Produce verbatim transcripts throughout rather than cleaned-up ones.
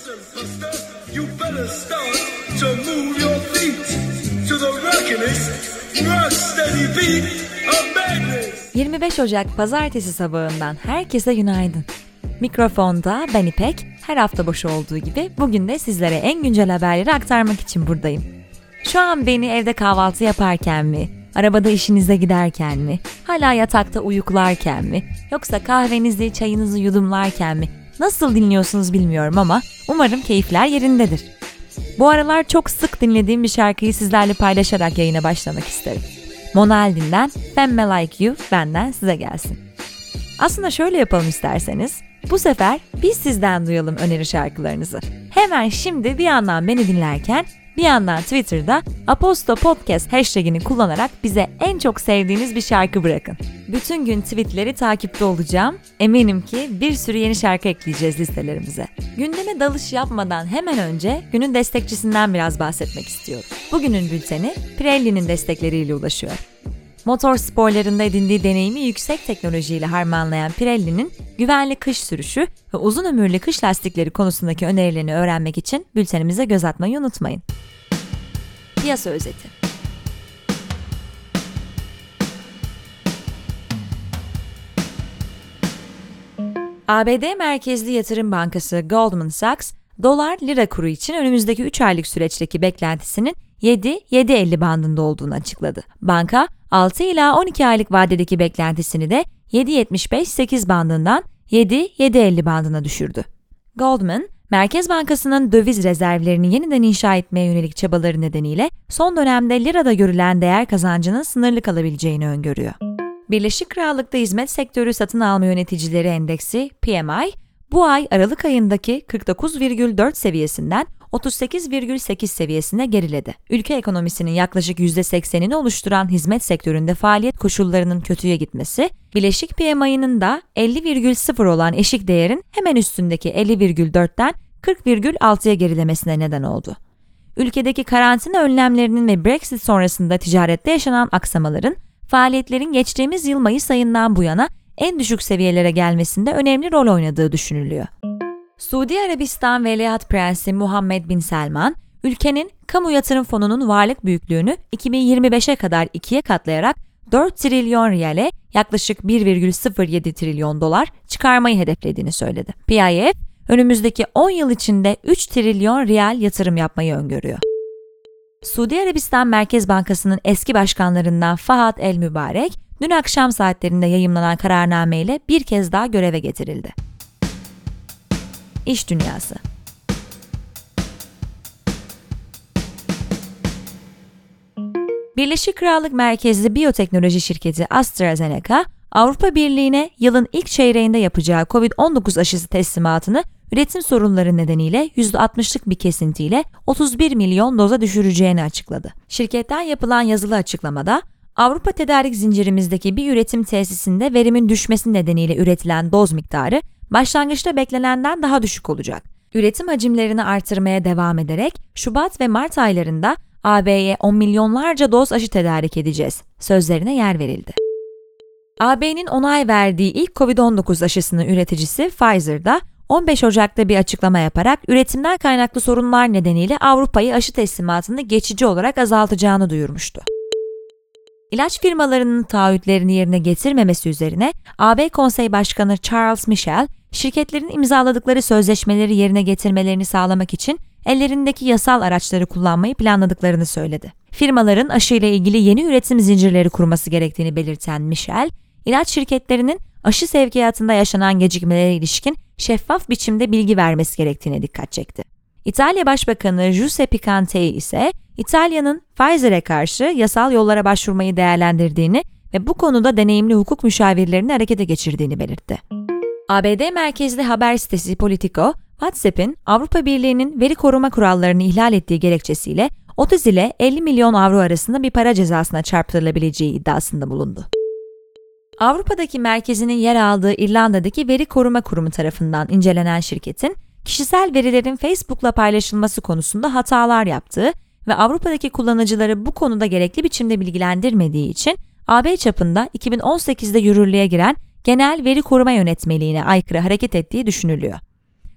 Listen, Buster, you better start to move your feet to the rockin'est, rock steady beat of madness. yirmi beş Ocak Pazartesi sabahından herkese günaydın. Mikrofonda ben İpek, her hafta başı olduğu gibi bugün de sizlere en güncel haberleri aktarmak için buradayım. Şu an beni evde kahvaltı yaparken mi, arabada işinize giderken mi, hala yatakta uyuklarken mi, yoksa kahvenizi, çayınızı yudumlarken mi, nasıl dinliyorsunuz bilmiyorum ama umarım keyifler yerindedir. Bu aralar çok sık dinlediğim bir şarkıyı sizlerle paylaşarak yayına başlamak isterim. Mona Aldin'den Femme Like You benden size gelsin. Aslında şöyle yapalım isterseniz, bu sefer biz sizden duyalım öneri şarkılarınızı. Hemen şimdi bir yandan beni dinlerken, bir yandan Twitter'da Aposto Podcast hashtagini kullanarak bize en çok sevdiğiniz bir şarkı bırakın. Bütün gün tweetleri takipte olacağım. Eminim ki bir sürü yeni şarkı ekleyeceğiz listelerimize. Gündeme dalış yapmadan hemen önce günün destekçisinden biraz bahsetmek istiyorum. Bugünün bülteni Pirelli'nin destekleriyle ulaşıyor. Motor sporlarında edindiği deneyimi yüksek teknolojiyle harmanlayan Pirelli'nin güvenli kış sürüşü ve uzun ömürlü kış lastikleri konusundaki önerilerini öğrenmek için bültenimize göz atmayı unutmayın. Piyasa özeti. A B D merkezli yatırım bankası Goldman Sachs, dolar-lira kuru için önümüzdeki üç aylık süreçteki beklentisinin yedi yedi elli bandında olduğunu açıkladı. Banka, altı ila on iki aylık vadedeki beklentisini de yedi yetmiş beş sekiz bandından yedi yedi elli bandına düşürdü. Goldman, Merkez Bankası'nın döviz rezervlerini yeniden inşa etmeye yönelik çabaları nedeniyle son dönemde lirada görülen değer kazancının sınırlı kalabileceğini öngörüyor. Birleşik Krallık'ta hizmet sektörü satın alma yöneticileri endeksi P M I, bu ay Aralık ayındaki kırk dokuz virgül dört seviyesinden otuz sekiz virgül sekiz seviyesine geriledi. Ülke ekonomisinin yaklaşık yüzde seksenini oluşturan hizmet sektöründe faaliyet koşullarının kötüye gitmesi, bileşik P M I'nin da elli virgül sıfır olan eşik değerin hemen üstündeki elli virgül dörtten kırk virgül altıya gerilemesine neden oldu. Ülkedeki karantina önlemlerinin ve Brexit sonrasında ticarette yaşanan aksamaların, faaliyetlerin geçtiğimiz yıl Mayıs ayından bu yana en düşük seviyelere gelmesinde önemli rol oynadığı düşünülüyor. Suudi Arabistan Veliaht Prensi Muhammed Bin Selman, ülkenin kamu yatırım fonunun varlık büyüklüğünü iki bin yirmi beşe kadar ikiye katlayarak dört trilyon riyale yaklaşık bir virgül sıfır yedi trilyon dolar çıkarmayı hedeflediğini söyledi. P I F, önümüzdeki on yıl içinde üç trilyon riyal yatırım yapmayı öngörüyor. Suudi Arabistan Merkez Bankası'nın eski başkanlarından Fahad El Mübarek, dün akşam saatlerinde yayımlanan kararname ile bir kez daha göreve getirildi. İş dünyası. Birleşik Krallık merkezli biyoteknoloji şirketi AstraZeneca, Avrupa Birliği'ne yılın ilk çeyreğinde yapacağı kovid on dokuz aşısı teslimatını üretim sorunları nedeniyle yüzde altmışlık bir kesintiyle otuz bir milyon doza düşüreceğini açıkladı. Şirketten yapılan yazılı açıklamada, Avrupa tedarik zincirimizdeki bir üretim tesisinde verimin düşmesi nedeniyle üretilen doz miktarı başlangıçta beklenenden daha düşük olacak. Üretim hacimlerini artırmaya devam ederek Şubat ve Mart aylarında A B'ye on milyonlarca doz aşı tedarik edeceğiz sözlerine yer verildi. A B'nin onay verdiği ilk kovid on dokuz aşısının üreticisi Pfizer'da on beş Ocak'ta bir açıklama yaparak üretimden kaynaklı sorunlar nedeniyle Avrupa'yı aşı teslimatını geçici olarak azaltacağını duyurmuştu. İlaç firmalarının taahhütlerini yerine getirmemesi üzerine A B Konsey Başkanı Charles Michel, şirketlerin imzaladıkları sözleşmeleri yerine getirmelerini sağlamak için ellerindeki yasal araçları kullanmayı planladıklarını söyledi. Firmaların aşıyla ilgili yeni üretim zincirleri kurması gerektiğini belirten Michel, ilaç şirketlerinin aşı sevkiyatında yaşanan gecikmelere ilişkin şeffaf biçimde bilgi vermesi gerektiğine dikkat çekti. İtalya Başbakanı Giuseppe Conte ise İtalya'nın Pfizer'e karşı yasal yollara başvurmayı değerlendirdiğini ve bu konuda deneyimli hukuk müşavirlerini harekete geçirdiğini belirtti. A B D merkezli haber sitesi Politico, WhatsApp'in Avrupa Birliği'nin veri koruma kurallarını ihlal ettiği gerekçesiyle otuz ile elli milyon avro arasında bir para cezasına çarptırılabileceği iddiasında bulundu. Avrupa'daki merkezinin yer aldığı İrlanda'daki Veri Koruma Kurumu tarafından incelenen şirketin, kişisel verilerin Facebook'la paylaşılması konusunda hatalar yaptığı ve Avrupa'daki kullanıcıları bu konuda gerekli biçimde bilgilendirmediği için A B çapında iki bin on sekizde yürürlüğe giren Genel Veri Koruma Yönetmeliğine aykırı hareket ettiği düşünülüyor.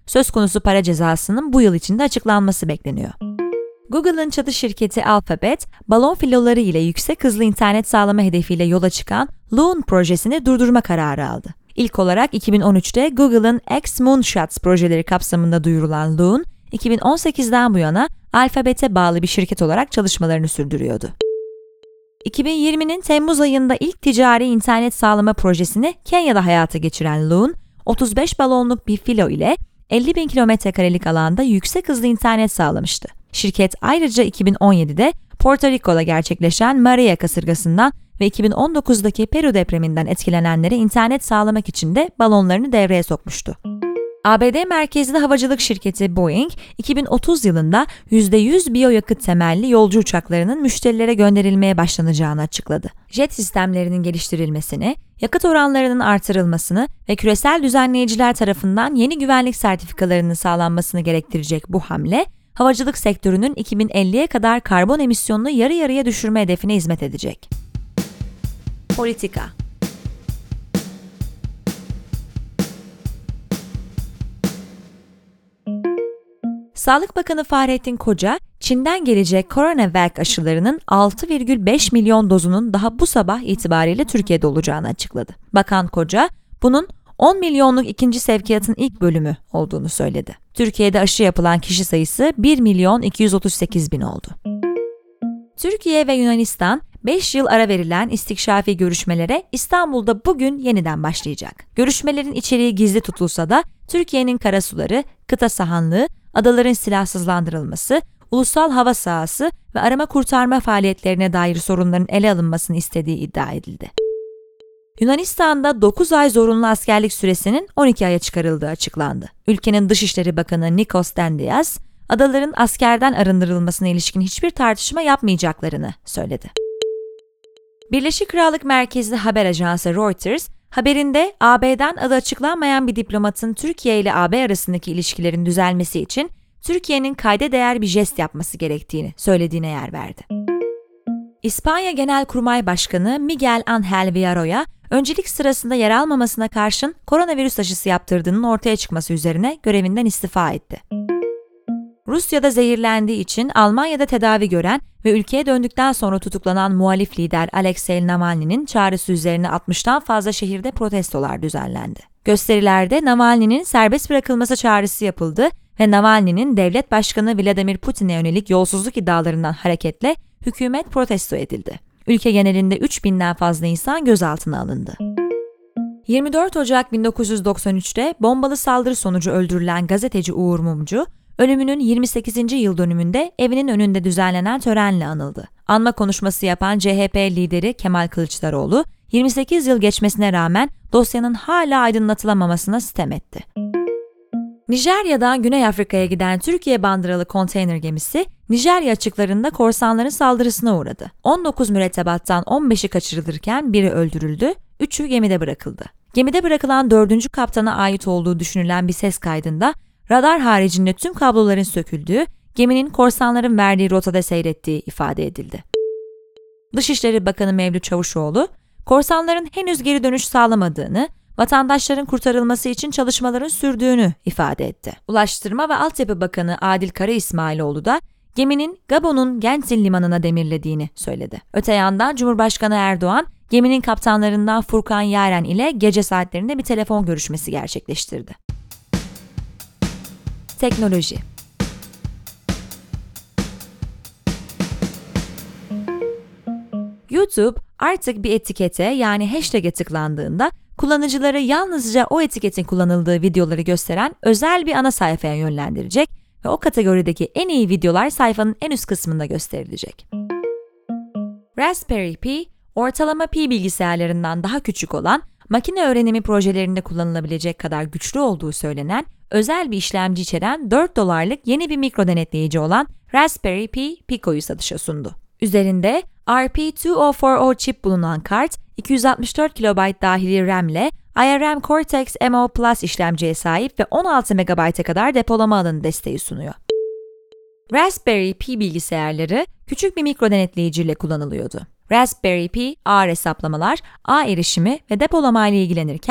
Söz konusu para cezasının bu yıl içinde açıklanması bekleniyor. Google'ın çatı şirketi Alphabet, balon filoları ile yüksek hızlı internet sağlama hedefiyle yola çıkan Loon projesini durdurma kararı aldı. İlk olarak iki bin on üçte Google'ın X Moonshots projeleri kapsamında duyurulan Loon, iki bin on sekizden bu yana Alphabet'e bağlı bir şirket olarak çalışmalarını sürdürüyordu. iki bin yirminin Temmuz ayında ilk ticari internet sağlama projesini Kenya'da hayata geçiren Loon, otuz beş balonluk bir filo ile elli bin kilometre karelik alanda yüksek hızlı internet sağlamıştı. Şirket ayrıca iki bin on yedide Porto Rico'da gerçekleşen Maria kasırgasından ve iki bin on dokuzdaki Peru depreminden etkilenenlere internet sağlamak için de balonlarını devreye sokmuştu. A B D merkezli havacılık şirketi Boeing, iki bin otuz yılında yüzde yüz biyoyakıt temelli yolcu uçaklarının müşterilere gönderilmeye başlanacağını açıkladı. Jet sistemlerinin geliştirilmesini, yakıt oranlarının artırılmasını ve küresel düzenleyiciler tarafından yeni güvenlik sertifikalarının sağlanmasını gerektirecek bu hamle, havacılık sektörünün iki bin elliye kadar karbon emisyonunu yarı yarıya düşürme hedefine hizmet edecek. Politika. Sağlık Bakanı Fahrettin Koca, Çin'den gelecek CoronaVac aşılarının altı virgül beş milyon dozunun daha bu sabah itibariyle Türkiye'de olacağını açıkladı. Bakan Koca, bunun on milyonluk ikinci sevkiyatın ilk bölümü olduğunu söyledi. Türkiye'de aşı yapılan kişi sayısı bir milyon iki yüz otuz sekiz bin oldu. Türkiye ve Yunanistan, beş yıl ara verilen istikşafi görüşmelere İstanbul'da bugün yeniden başlayacak. Görüşmelerin içeriği gizli tutulsa da Türkiye'nin karasuları, kıta sahanlığı, adaların silahsızlandırılması, ulusal hava sahası ve arama kurtarma faaliyetlerine dair sorunların ele alınmasını istediği iddia edildi. Yunanistan'da dokuz ay zorunlu askerlik süresinin on iki aya çıkarıldığı açıklandı. Ülkenin Dışişleri Bakanı Nikos Dendias, adaların askerden arındırılmasına ilişkin hiçbir tartışma yapmayacaklarını söyledi. Birleşik Krallık merkezli haber ajansı Reuters, haberinde A B'den adı açıklanmayan bir diplomatın Türkiye ile A B arasındaki ilişkilerin düzelmesi için Türkiye'nin kayda değer bir jest yapması gerektiğini söylediğine yer verdi. İspanya Genelkurmay Başkanı Miguel Ángel Villarroya, öncelik sırasında yer almamasına karşın koronavirüs aşısı yaptırdığının ortaya çıkması üzerine görevinden istifa etti. Rusya'da zehirlendiği için Almanya'da tedavi gören ve ülkeye döndükten sonra tutuklanan muhalif lider Alexei Navalny'nin çağrısı üzerine altmıştan fazla şehirde protestolar düzenlendi. Gösterilerde Navalny'nin serbest bırakılması çağrısı yapıldı ve Navalny'nin devlet başkanı Vladimir Putin'e yönelik yolsuzluk iddialarından hareketle hükümet protesto edildi. Ülke genelinde üç binden fazla insan gözaltına alındı. yirmi dört Ocak bin dokuz yüz doksan üçte bombalı saldırı sonucu öldürülen gazeteci Uğur Mumcu, ölümünün yirmi sekizinci yıl dönümünde evinin önünde düzenlenen törenle anıldı. Anma konuşması yapan C H P lideri Kemal Kılıçdaroğlu, yirmi sekiz yıl geçmesine rağmen dosyanın hala aydınlatılamamasına sitem etti. Nijerya'dan Güney Afrika'ya giden Türkiye bandıralı konteyner gemisi, Nijerya açıklarında korsanların saldırısına uğradı. on dokuz mürettebattan on beşi kaçırılırken biri öldürüldü, üçü gemide bırakıldı. Gemide bırakılan dördüncü kaptana ait olduğu düşünülen bir ses kaydında, radar haricinde tüm kabloların söküldüğü, geminin korsanların verdiği rotada seyrettiği ifade edildi. Dışişleri Bakanı Mevlüt Çavuşoğlu, korsanların henüz geri dönüş sağlamadığını, vatandaşların kurtarılması için çalışmaların sürdüğünü ifade etti. Ulaştırma ve Altyapı Bakanı Adil Kara İsmailoğlu da geminin Gabon'un Gentil limanına demirlediğini söyledi. Öte yandan Cumhurbaşkanı Erdoğan, geminin kaptanlarından Furkan Yaren ile gece saatlerinde bir telefon görüşmesi gerçekleştirdi. Teknoloji. YouTube artık bir etikete yani hashtag'e tıklandığında kullanıcıları yalnızca o etiketin kullanıldığı videoları gösteren özel bir ana sayfaya yönlendirecek ve o kategorideki en iyi videolar sayfanın en üst kısmında gösterilecek. Raspberry Pi, ortalama Pi bilgisayarlarından daha küçük olan, makine öğrenimi projelerinde kullanılabilecek kadar güçlü olduğu söylenen, özel bir işlemci içeren dört dolarlık yeni bir mikro denetleyici olan Raspberry Pi Pico'yu satışa sundu. Üzerinde R P iki bin kırk çip bulunan kart, iki yüz altmış dört kilobayt dahili RAM ile I R M Cortex M O Plus işlemciye sahip ve on altı megabayta kadar depolama alanı desteği sunuyor. Raspberry Pi bilgisayarları küçük bir mikro denetleyici ile kullanılıyordu. Raspberry Pi ağır hesaplamalar, ağ erişimi ve depolama ile ilgilenirken,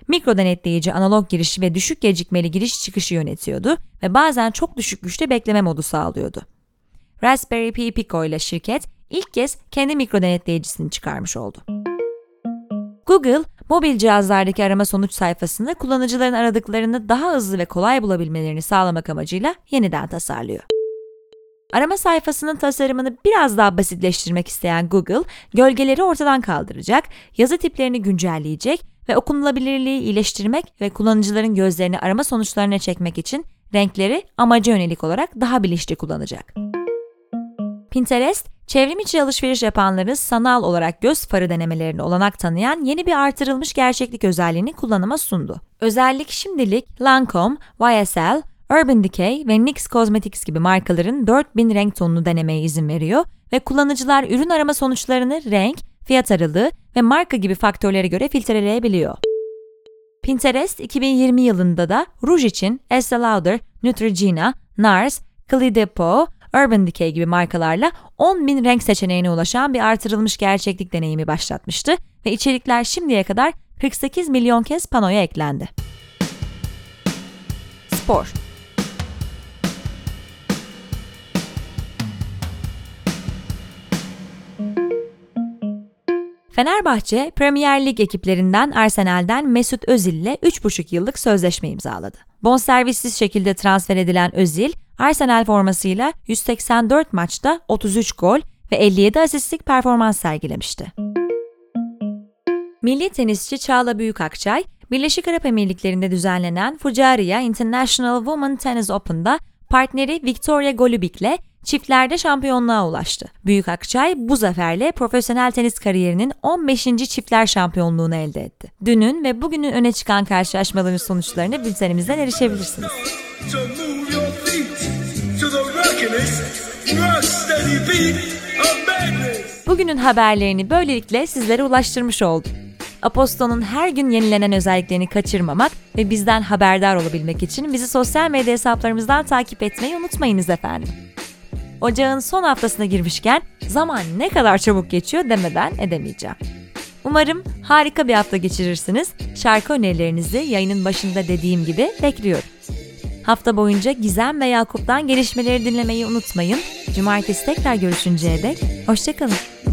mikro denetleyici analog girişi ve düşük gecikmeli giriş çıkışı yönetiyordu ve bazen çok düşük güçte bekleme modu sağlıyordu. Raspberry Pi Pico ile şirket ilk kez kendi mikro denetleyicisini çıkarmış oldu. Google, mobil cihazlardaki arama sonuç sayfasını kullanıcıların aradıklarını daha hızlı ve kolay bulabilmelerini sağlamak amacıyla yeniden tasarlıyor. Arama sayfasının tasarımını biraz daha basitleştirmek isteyen Google, gölgeleri ortadan kaldıracak, yazı tiplerini güncelleyecek ve okunulabilirliği iyileştirmek ve kullanıcıların gözlerini arama sonuçlarına çekmek için renkleri amaca yönelik olarak daha bilinçli kullanacak. Pinterest, çevrim içi alışveriş yapanları sanal olarak göz farı denemelerine olanak tanıyan yeni bir artırılmış gerçeklik özelliğini kullanıma sundu. Özellik şimdilik Lancome, Y S L, Urban Decay ve N Y X Cosmetics gibi markaların dört bin renk tonunu denemeye izin veriyor ve kullanıcılar ürün arama sonuçlarını renk, fiyat aralığı ve marka gibi faktörlere göre filtreleyebiliyor. Pinterest, iki bin yirmi yılında da ruj için Estée Lauder, Neutrogena, Nars, Clé de Peau, Urban Decay gibi markalarla on bin renk seçeneğine ulaşan bir artırılmış gerçeklik deneyimi başlatmıştı ve içerikler şimdiye kadar kırk sekiz milyon kez panoya eklendi. Spor. Fenerbahçe, Premier Lig ekiplerinden Arsenal'den Mesut Özil ile üç buçuk yıllık sözleşme imzaladı. Bonservissiz şekilde transfer edilen Özil, Arsenal formasıyla yüz seksen dört maçta otuz üç gol ve elli yedi asistlik performans sergilemişti. Milli tenisçi Çağla Büyükakçay, Birleşik Arap Emirlikleri'nde düzenlenen Fujairah International Women Tennis Open'da partneri Victoria Golubic'le çiftlerde şampiyonluğa ulaştı. Büyükakçay bu zaferle profesyonel tenis kariyerinin on beşinci çiftler şampiyonluğunu elde etti. Dünün ve bugünün öne çıkan karşılaşmaların sonuçlarını bültenimizden erişebilirsiniz. Bugünün haberlerini böylelikle sizlere ulaştırmış oldum. Aposto'nun her gün yenilenen özelliklerini kaçırmamak ve bizden haberdar olabilmek için bizi sosyal medya hesaplarımızdan takip etmeyi unutmayınız efendim. Ocağın son haftasına girmişken zaman ne kadar çabuk geçiyor demeden edemeyeceğim. Umarım harika bir hafta geçirirsiniz. Şarkı önerilerinizi yayının başında dediğim gibi bekliyorum. Hafta boyunca Gizem ve Yakup'tan gelişmeleri dinlemeyi unutmayın. Cumartesi tekrar görüşünceye dek hoşça kalın.